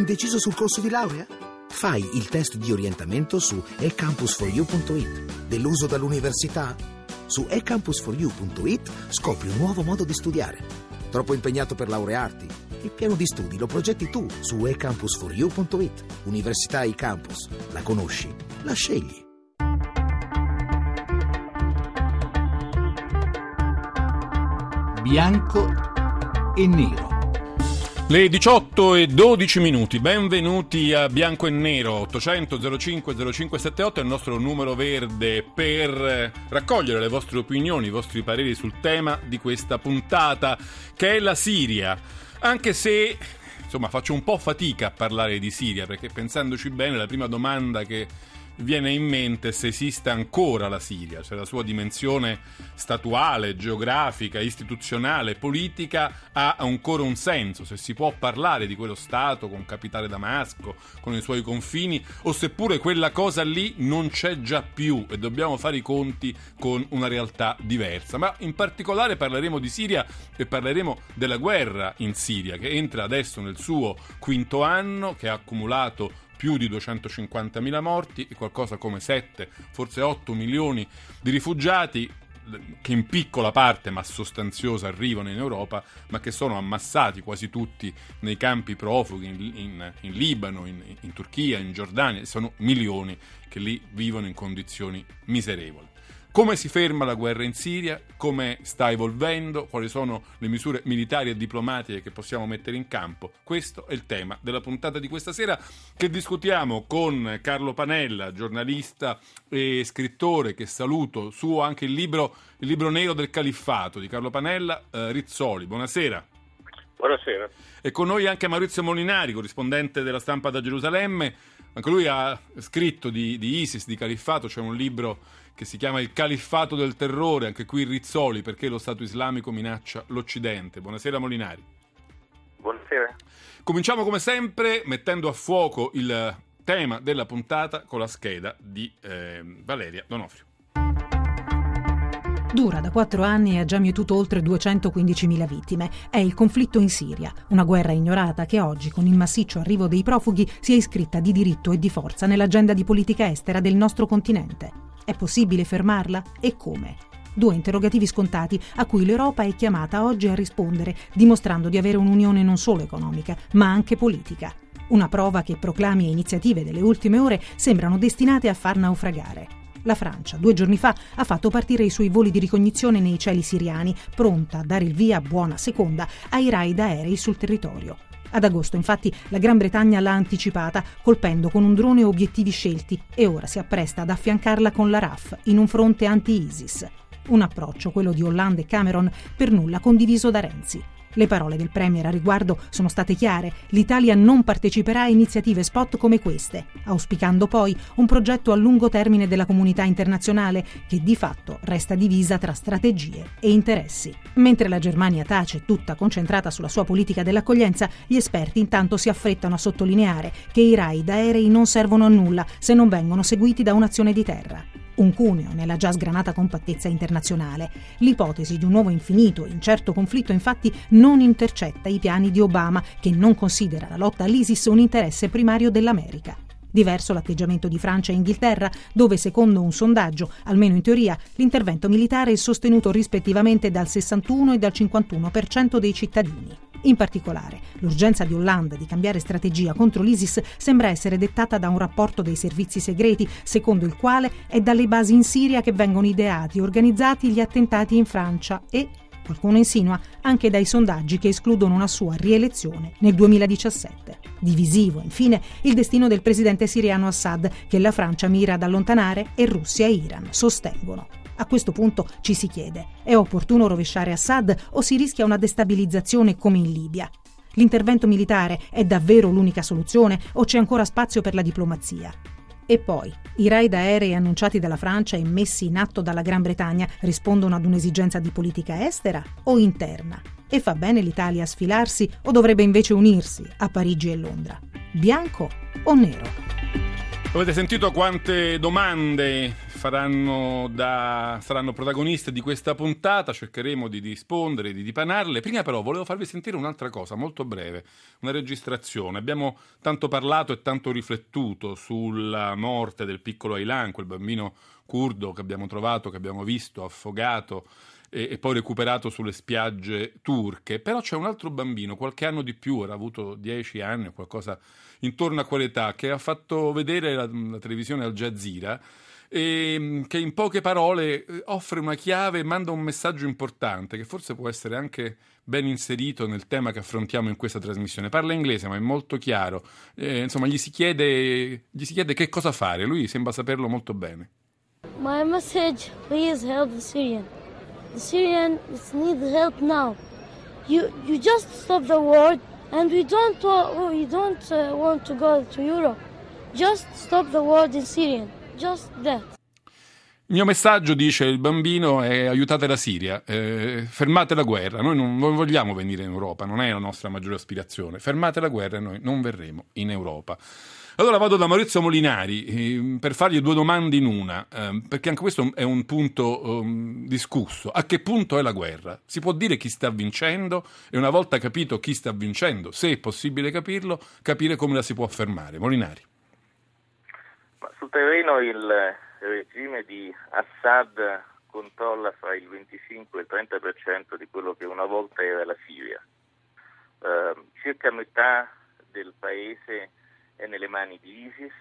Indeciso sul corso di laurea? Fai il test di orientamento su ecampus4u.it. Deluso dall'università? Su ecampus4u.it scopri un nuovo modo di studiare. Troppo impegnato per laurearti? Il piano di studi lo progetti tu su ecampus4u.it. Università eCampus. La conosci? La scegli. Bianco e nero. Le 18:12, benvenuti a Bianco e Nero. 800 05 0578 è il nostro numero verde per raccogliere le vostre opinioni, i vostri pareri sul tema di questa puntata, che è la Siria. Anche se, insomma, faccio un po' fatica a parlare di Siria, perché pensandoci bene la prima domanda che viene in mente è se esiste ancora la Siria, cioè la sua dimensione statuale, geografica, istituzionale, politica ha ancora un senso, se si può parlare di quello Stato con capitale Damasco, con i suoi confini, o seppure quella cosa lì non c'è già più e dobbiamo fare i conti con una realtà diversa. Ma in particolare parleremo di Siria e parleremo della guerra in Siria, che entra adesso nel suo quinto anno, che ha accumulato più di 250.000 morti e qualcosa come 7, forse 8 milioni di rifugiati che in piccola parte ma sostanziosa arrivano in Europa, ma che sono ammassati quasi tutti nei campi profughi in Libano, in Turchia, in Giordania. Sono milioni che lì vivono in condizioni miserevoli. Come si ferma la guerra in Siria? Come sta evolvendo? Quali sono le misure militari e diplomatiche che possiamo mettere in campo? Questo è il tema della puntata di questa sera, che discutiamo con Carlo Panella, giornalista e scrittore, che saluto, suo anche il libro nero del califfato di Carlo Panella, Rizzoli. Buonasera. Buonasera. E con noi anche Maurizio Molinari, corrispondente della Stampa da Gerusalemme. Anche lui ha scritto di ISIS, di califfato, c'è un libro che si chiama Il califfato del terrore, anche qui Rizzoli, perché lo Stato islamico minaccia l'Occidente. Buonasera Molinari. Buonasera. Cominciamo come sempre mettendo a fuoco il tema della puntata con la scheda di Valeria Donofrio. Dura da 4 anni e ha già mietuto oltre 215.000 vittime. È il conflitto in Siria, una guerra ignorata che oggi, con il massiccio arrivo dei profughi, si è iscritta di diritto e di forza nell'agenda di politica estera del nostro continente. È possibile fermarla? E come? 2 interrogativi scontati a cui l'Europa è chiamata oggi a rispondere, dimostrando di avere un'unione non solo economica, ma anche politica. Una prova che proclami e iniziative delle ultime ore sembrano destinate a far naufragare. La Francia, 2 giorni fa, ha fatto partire i suoi voli di ricognizione nei cieli siriani, pronta a dare il via, buona seconda, ai raid aerei sul territorio. Ad agosto, infatti, la Gran Bretagna l'ha anticipata, colpendo con un drone obiettivi scelti, e ora si appresta ad affiancarla con la RAF in un fronte anti-ISIS. Un approccio, quello di Hollande e Cameron, per nulla condiviso da Renzi. Le parole del Premier a riguardo sono state chiare: l'Italia non parteciperà a iniziative spot come queste, auspicando poi un progetto a lungo termine della comunità internazionale che di fatto resta divisa tra strategie e interessi. Mentre la Germania tace, tutta concentrata sulla sua politica dell'accoglienza, gli esperti intanto si affrettano a sottolineare che i raid aerei non servono a nulla se non vengono seguiti da un'azione di terra. Un cuneo nella già sgranata compattezza internazionale. L'ipotesi di un nuovo infinito e incerto conflitto infatti non intercetta i piani di Obama, che non considera la lotta all'ISIS un interesse primario dell'America. Diverso l'atteggiamento di Francia e Inghilterra, dove secondo un sondaggio, almeno in teoria, l'intervento militare è sostenuto rispettivamente dal 61 e dal 51% dei cittadini. In particolare, l'urgenza di Hollande di cambiare strategia contro l'ISIS sembra essere dettata da un rapporto dei servizi segreti, secondo il quale è dalle basi in Siria che vengono ideati e organizzati gli attentati in Francia e, qualcuno insinua, anche dai sondaggi che escludono una sua rielezione nel 2017. Divisivo, infine, il destino del presidente siriano Assad, che la Francia mira ad allontanare e Russia e Iran sostengono. A questo punto ci si chiede: è opportuno rovesciare Assad o si rischia una destabilizzazione come in Libia? L'intervento militare è davvero l'unica soluzione o c'è ancora spazio per la diplomazia? E poi, i raid aerei annunciati dalla Francia e messi in atto dalla Gran Bretagna rispondono ad un'esigenza di politica estera o interna? E fa bene l'Italia a sfilarsi o dovrebbe invece unirsi a Parigi e Londra? Bianco o nero? Avete sentito quante domande saranno protagoniste di questa puntata, cercheremo di rispondere, di dipanarle. Prima però volevo farvi sentire un'altra cosa molto breve, una registrazione. Abbiamo tanto parlato e tanto riflettuto sulla morte del piccolo Aylan, quel bambino curdo che abbiamo trovato, che abbiamo visto affogato e poi recuperato sulle spiagge turche. Però c'è un altro bambino, qualche anno di più, era avuto 10 anni o qualcosa intorno a quell'età, che ha fatto vedere la televisione Al Jazeera e che in poche parole offre una chiave e manda un messaggio importante che forse può essere anche ben inserito nel tema che affrontiamo in questa trasmissione. Parla inglese ma è molto chiaro, insomma gli si chiede che cosa fare, lui sembra saperlo molto bene. My message, please help the Syrian. The Syrians need help now. You just stop the war, and we don't want to go to Europe. Just stop the war in Syria. Just that. Il mio messaggio, dice il bambino, è: aiutate la Siria, fermate la guerra. Noi non vogliamo venire in Europa, non è la nostra maggiore aspirazione. Fermate la guerra e noi non verremo in Europa. Allora vado da Maurizio Molinari per fargli due domande in una, perché anche questo è un punto discusso. A che punto è la guerra? Si può dire chi sta vincendo e una volta capito chi sta vincendo, se è possibile capirlo, capire come la si può fermare. Molinari. Ma sul terreno il regime di Assad controlla fra il 25 e il 30% di quello che una volta era la Siria. Circa metà del paese è nelle mani di ISIS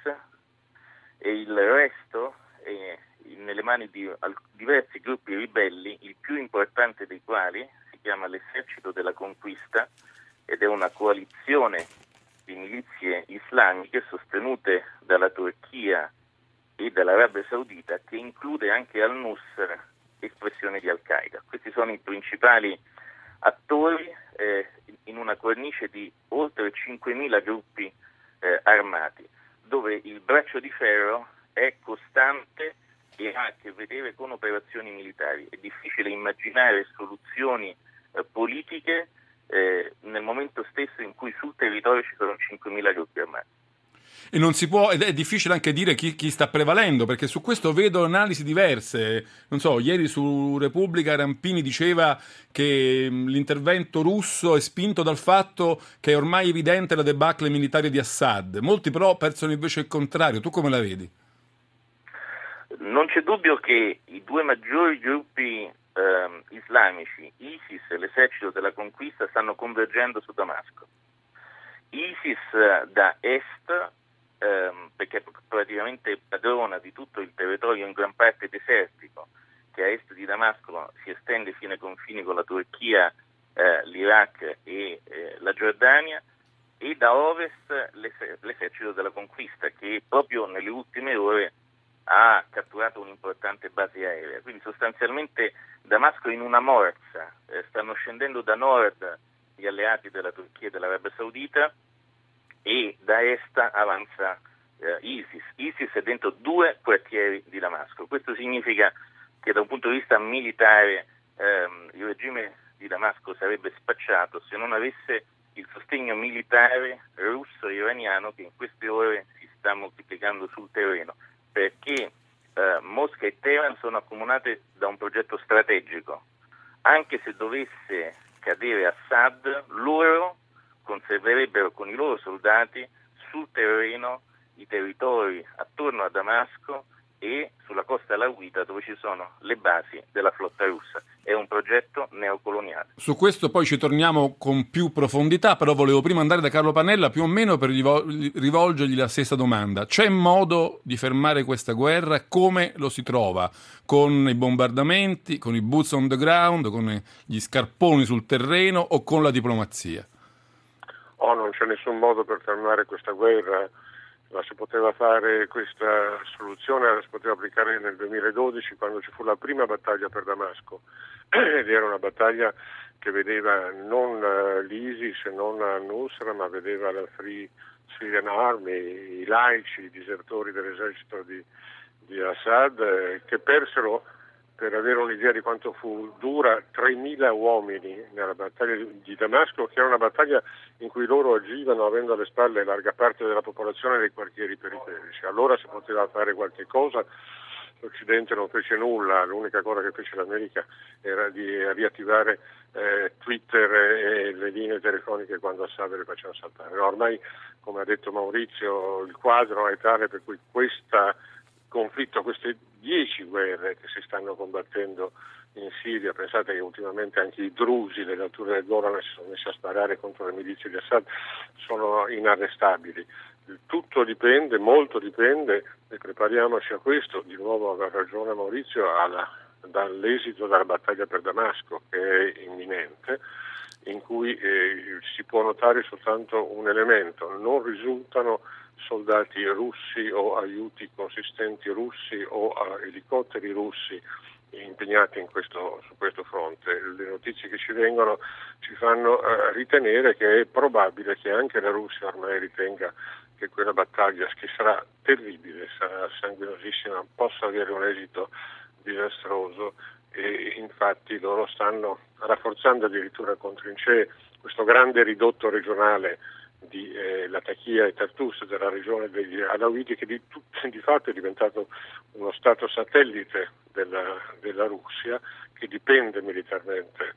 e il resto è nelle mani di diversi gruppi ribelli, il più importante dei quali si chiama l'Esercito della Conquista ed è una coalizione di milizie islamiche sostenute dalla Turchia e dall'Arabia Saudita, che include anche al-Nusra, espressione di Al-Qaeda. Questi sono i principali attori in una cornice di oltre 5.000 gruppi armati, dove il braccio di ferro è costante e ha a che vedere con operazioni militari. È difficile immaginare soluzioni politiche nel momento stesso in cui sul territorio ci sono 5.000 gruppi armati. E non si può, ed è difficile anche dire chi sta prevalendo, perché su questo vedo analisi diverse. Non so, ieri su Repubblica Rampini diceva che l'intervento russo è spinto dal fatto che è ormai evidente la debacle militare di Assad. Molti però pensano invece il contrario. Tu come la vedi? Non c'è dubbio che i due maggiori gruppi islamici, ISIS e l'Esercito della Conquista, stanno convergendo su Damasco. ISIS da est, perché è praticamente padrona di tutto il territorio in gran parte desertico, che a est di Damasco si estende fino ai confini con la Turchia, l'Iraq e la Giordania, e da ovest l'Esercito della Conquista, che proprio nelle ultime ore ha catturato un'importante base aerea. Quindi sostanzialmente Damasco è in una morsa, stanno scendendo da nord gli alleati della Turchia e dell'Arabia Saudita e da est avanza ISIS. ISIS è dentro 2 quartieri di Damasco. Questo significa che da un punto di vista militare il regime di Damasco sarebbe spacciato se non avesse il sostegno militare russo e iraniano che in queste ore si sta moltiplicando sul terreno, perché Mosca e Teheran sono accomunate da un progetto strategico. Anche se dovesse cadere Assad, loro conserverebbero con i loro soldati sul terreno i territori attorno a Damasco e sulla costa alawita, dove ci sono le basi della flotta russa. È un progetto neocoloniale. Su questo poi ci torniamo con più profondità, però volevo prima andare da Carlo Pannella più o meno per rivolgergli la stessa domanda. C'è modo di fermare questa guerra? Come lo si trova? Con i bombardamenti, con i boots on the ground, con gli scarponi sul terreno o con la diplomazia? Non c'è nessun modo per fermare questa guerra. La si poteva fare, questa soluzione la si poteva applicare nel 2012 quando ci fu la prima battaglia per Damasco ed era una battaglia che vedeva non l'ISIS, non al-Nusra, ma vedeva la Free Syrian Army, i laici, i disertori dell'esercito di Assad, che persero, per avere un'idea di quanto fu dura, 3.000 uomini nella battaglia di Damasco, che era una battaglia in cui loro agivano avendo alle spalle larga parte della popolazione dei quartieri periferici. Allora si poteva fare qualche cosa, l'Occidente non fece nulla, l'unica cosa che fece l'America era di riattivare Twitter e le linee telefoniche quando Assad le facevano saltare. Ormai, come ha detto Maurizio, il quadro è tale per cui questo conflitto, queste 10 guerre che si stanno combattendo in Siria, pensate che ultimamente anche i drusi, le alture del Golan, si sono messi a sparare contro le milizie di Assad, sono inarrestabili. Tutto dipende, molto dipende, e prepariamoci a questo, di nuovo aveva ragione Maurizio, dall'esito della battaglia per Damasco, che è imminente, in cui si può notare soltanto un elemento: non risultano soldati russi o aiuti consistenti russi o elicotteri russi impegnati su questo fronte. Le notizie che ci vengono ci fanno ritenere che è probabile che anche la Russia ormai ritenga che quella battaglia, che sarà terribile, sarà sanguinosissima, possa avere un esito disastroso, e infatti loro stanno rafforzando addirittura con trincee questo grande ridotto regionale di Latakia e Tartus, della regione degli Alawiti, che di fatto è diventato uno stato satellite della Russia, che dipende militarmente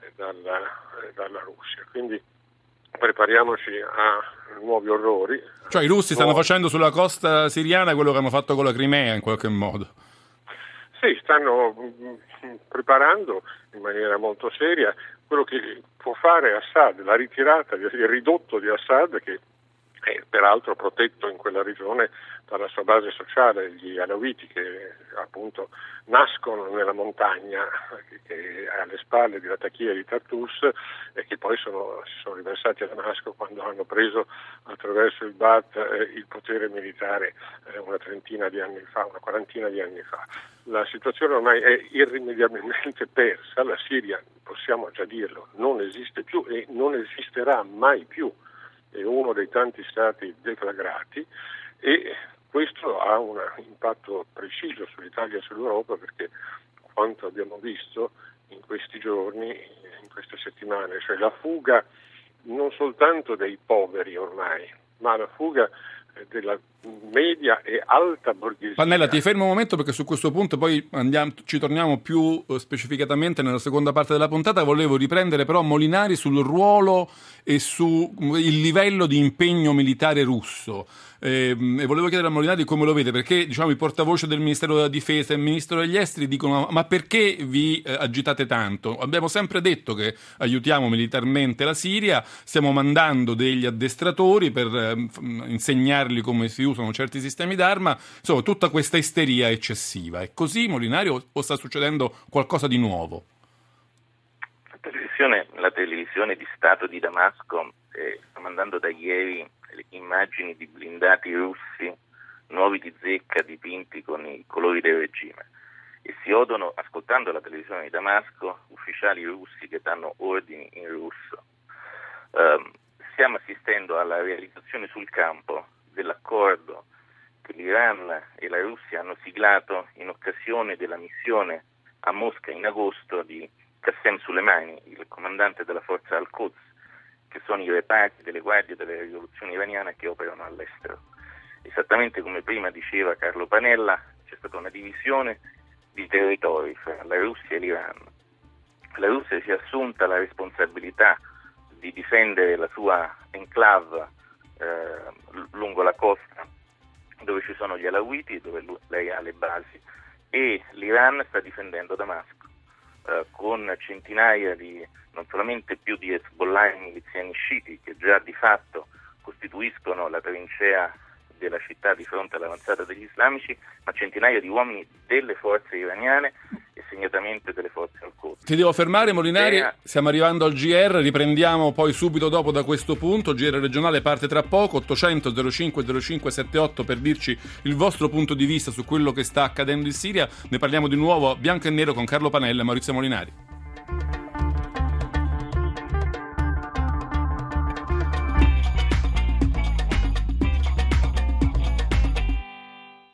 dalla Russia. Quindi prepariamoci a nuovi orrori. Cioè i russi stanno facendo sulla costa siriana quello che hanno fatto con la Crimea in qualche modo. Sì, stanno preparando in maniera molto seria quello che può fare Assad, la ritirata, il ridotto di Assad, che è peraltro protetto in quella regione dalla sua base sociale, gli Alawiti, che appunto nascono nella montagna che è alle spalle di Latakia e di Tartus, e che poi si sono riversati a Damasco quando hanno preso attraverso il Ba'ath il potere militare una quarantina di anni fa. La situazione ormai è irrimediabilmente persa, la Siria, possiamo già dirlo, non esiste più e non esisterà mai più, è uno dei tanti stati deflagrati, e questo ha un impatto preciso sull'Italia e sull'Europa, perché quanto abbiamo visto in questi giorni, in queste settimane, cioè la fuga non soltanto dei poveri ormai, ma la fuga della media e alta borghesia. Pannella, ti fermo un momento, perché su questo punto poi ci torniamo più specificatamente nella seconda parte della puntata. Volevo riprendere però Molinari sul ruolo e su il livello di impegno militare russo. E volevo chiedere a Molinari come lo vede, perché diciamo i portavoce del Ministero della Difesa e il Ministro degli Esteri dicono: ma perché vi agitate tanto? Abbiamo sempre detto che aiutiamo militarmente la Siria, stiamo mandando degli addestratori per insegnargli come si usano certi sistemi d'arma, insomma tutta questa isteria eccessiva. È così, Molinari, o sta succedendo qualcosa di nuovo? La televisione di Stato di Damasco sta mandando da ieri immagini di blindati russi nuovi di zecca dipinti con i colori del regime, e si odono, ascoltando la televisione di Damasco, ufficiali russi che danno ordini in russo. Stiamo assistendo alla realizzazione sul campo dell'accordo che l'Iran e la Russia hanno siglato in occasione della missione a Mosca in agosto di Qassem Soleimani, il comandante della forza Al-Quds, che sono i reparti delle guardie della rivoluzione iraniana che operano all'estero. Esattamente come prima diceva Carlo Panella, c'è stata una divisione di territori fra la Russia e l'Iran. La Russia si è assunta la responsabilità di difendere la sua enclave lungo la costa dove ci sono gli Alawiti, dove lei ha le basi, e l'Iran sta difendendo Damasco con centinaia di, non solamente più di Hezbollah e miliziani sciiti, che già di fatto costituiscono la trincea della città di fronte all'avanzata degli islamici, ma centinaia di uomini delle forze iraniane e segnatamente delle forze Al-Quds. Ti devo fermare, Molinari, stiamo arrivando al GR, riprendiamo poi subito dopo da questo punto. GR regionale parte tra poco, 800 05 05 78 per dirci il vostro punto di vista su quello che sta accadendo in Siria. Ne parliamo di nuovo bianco e nero con Carlo Panella e Maurizio Molinari.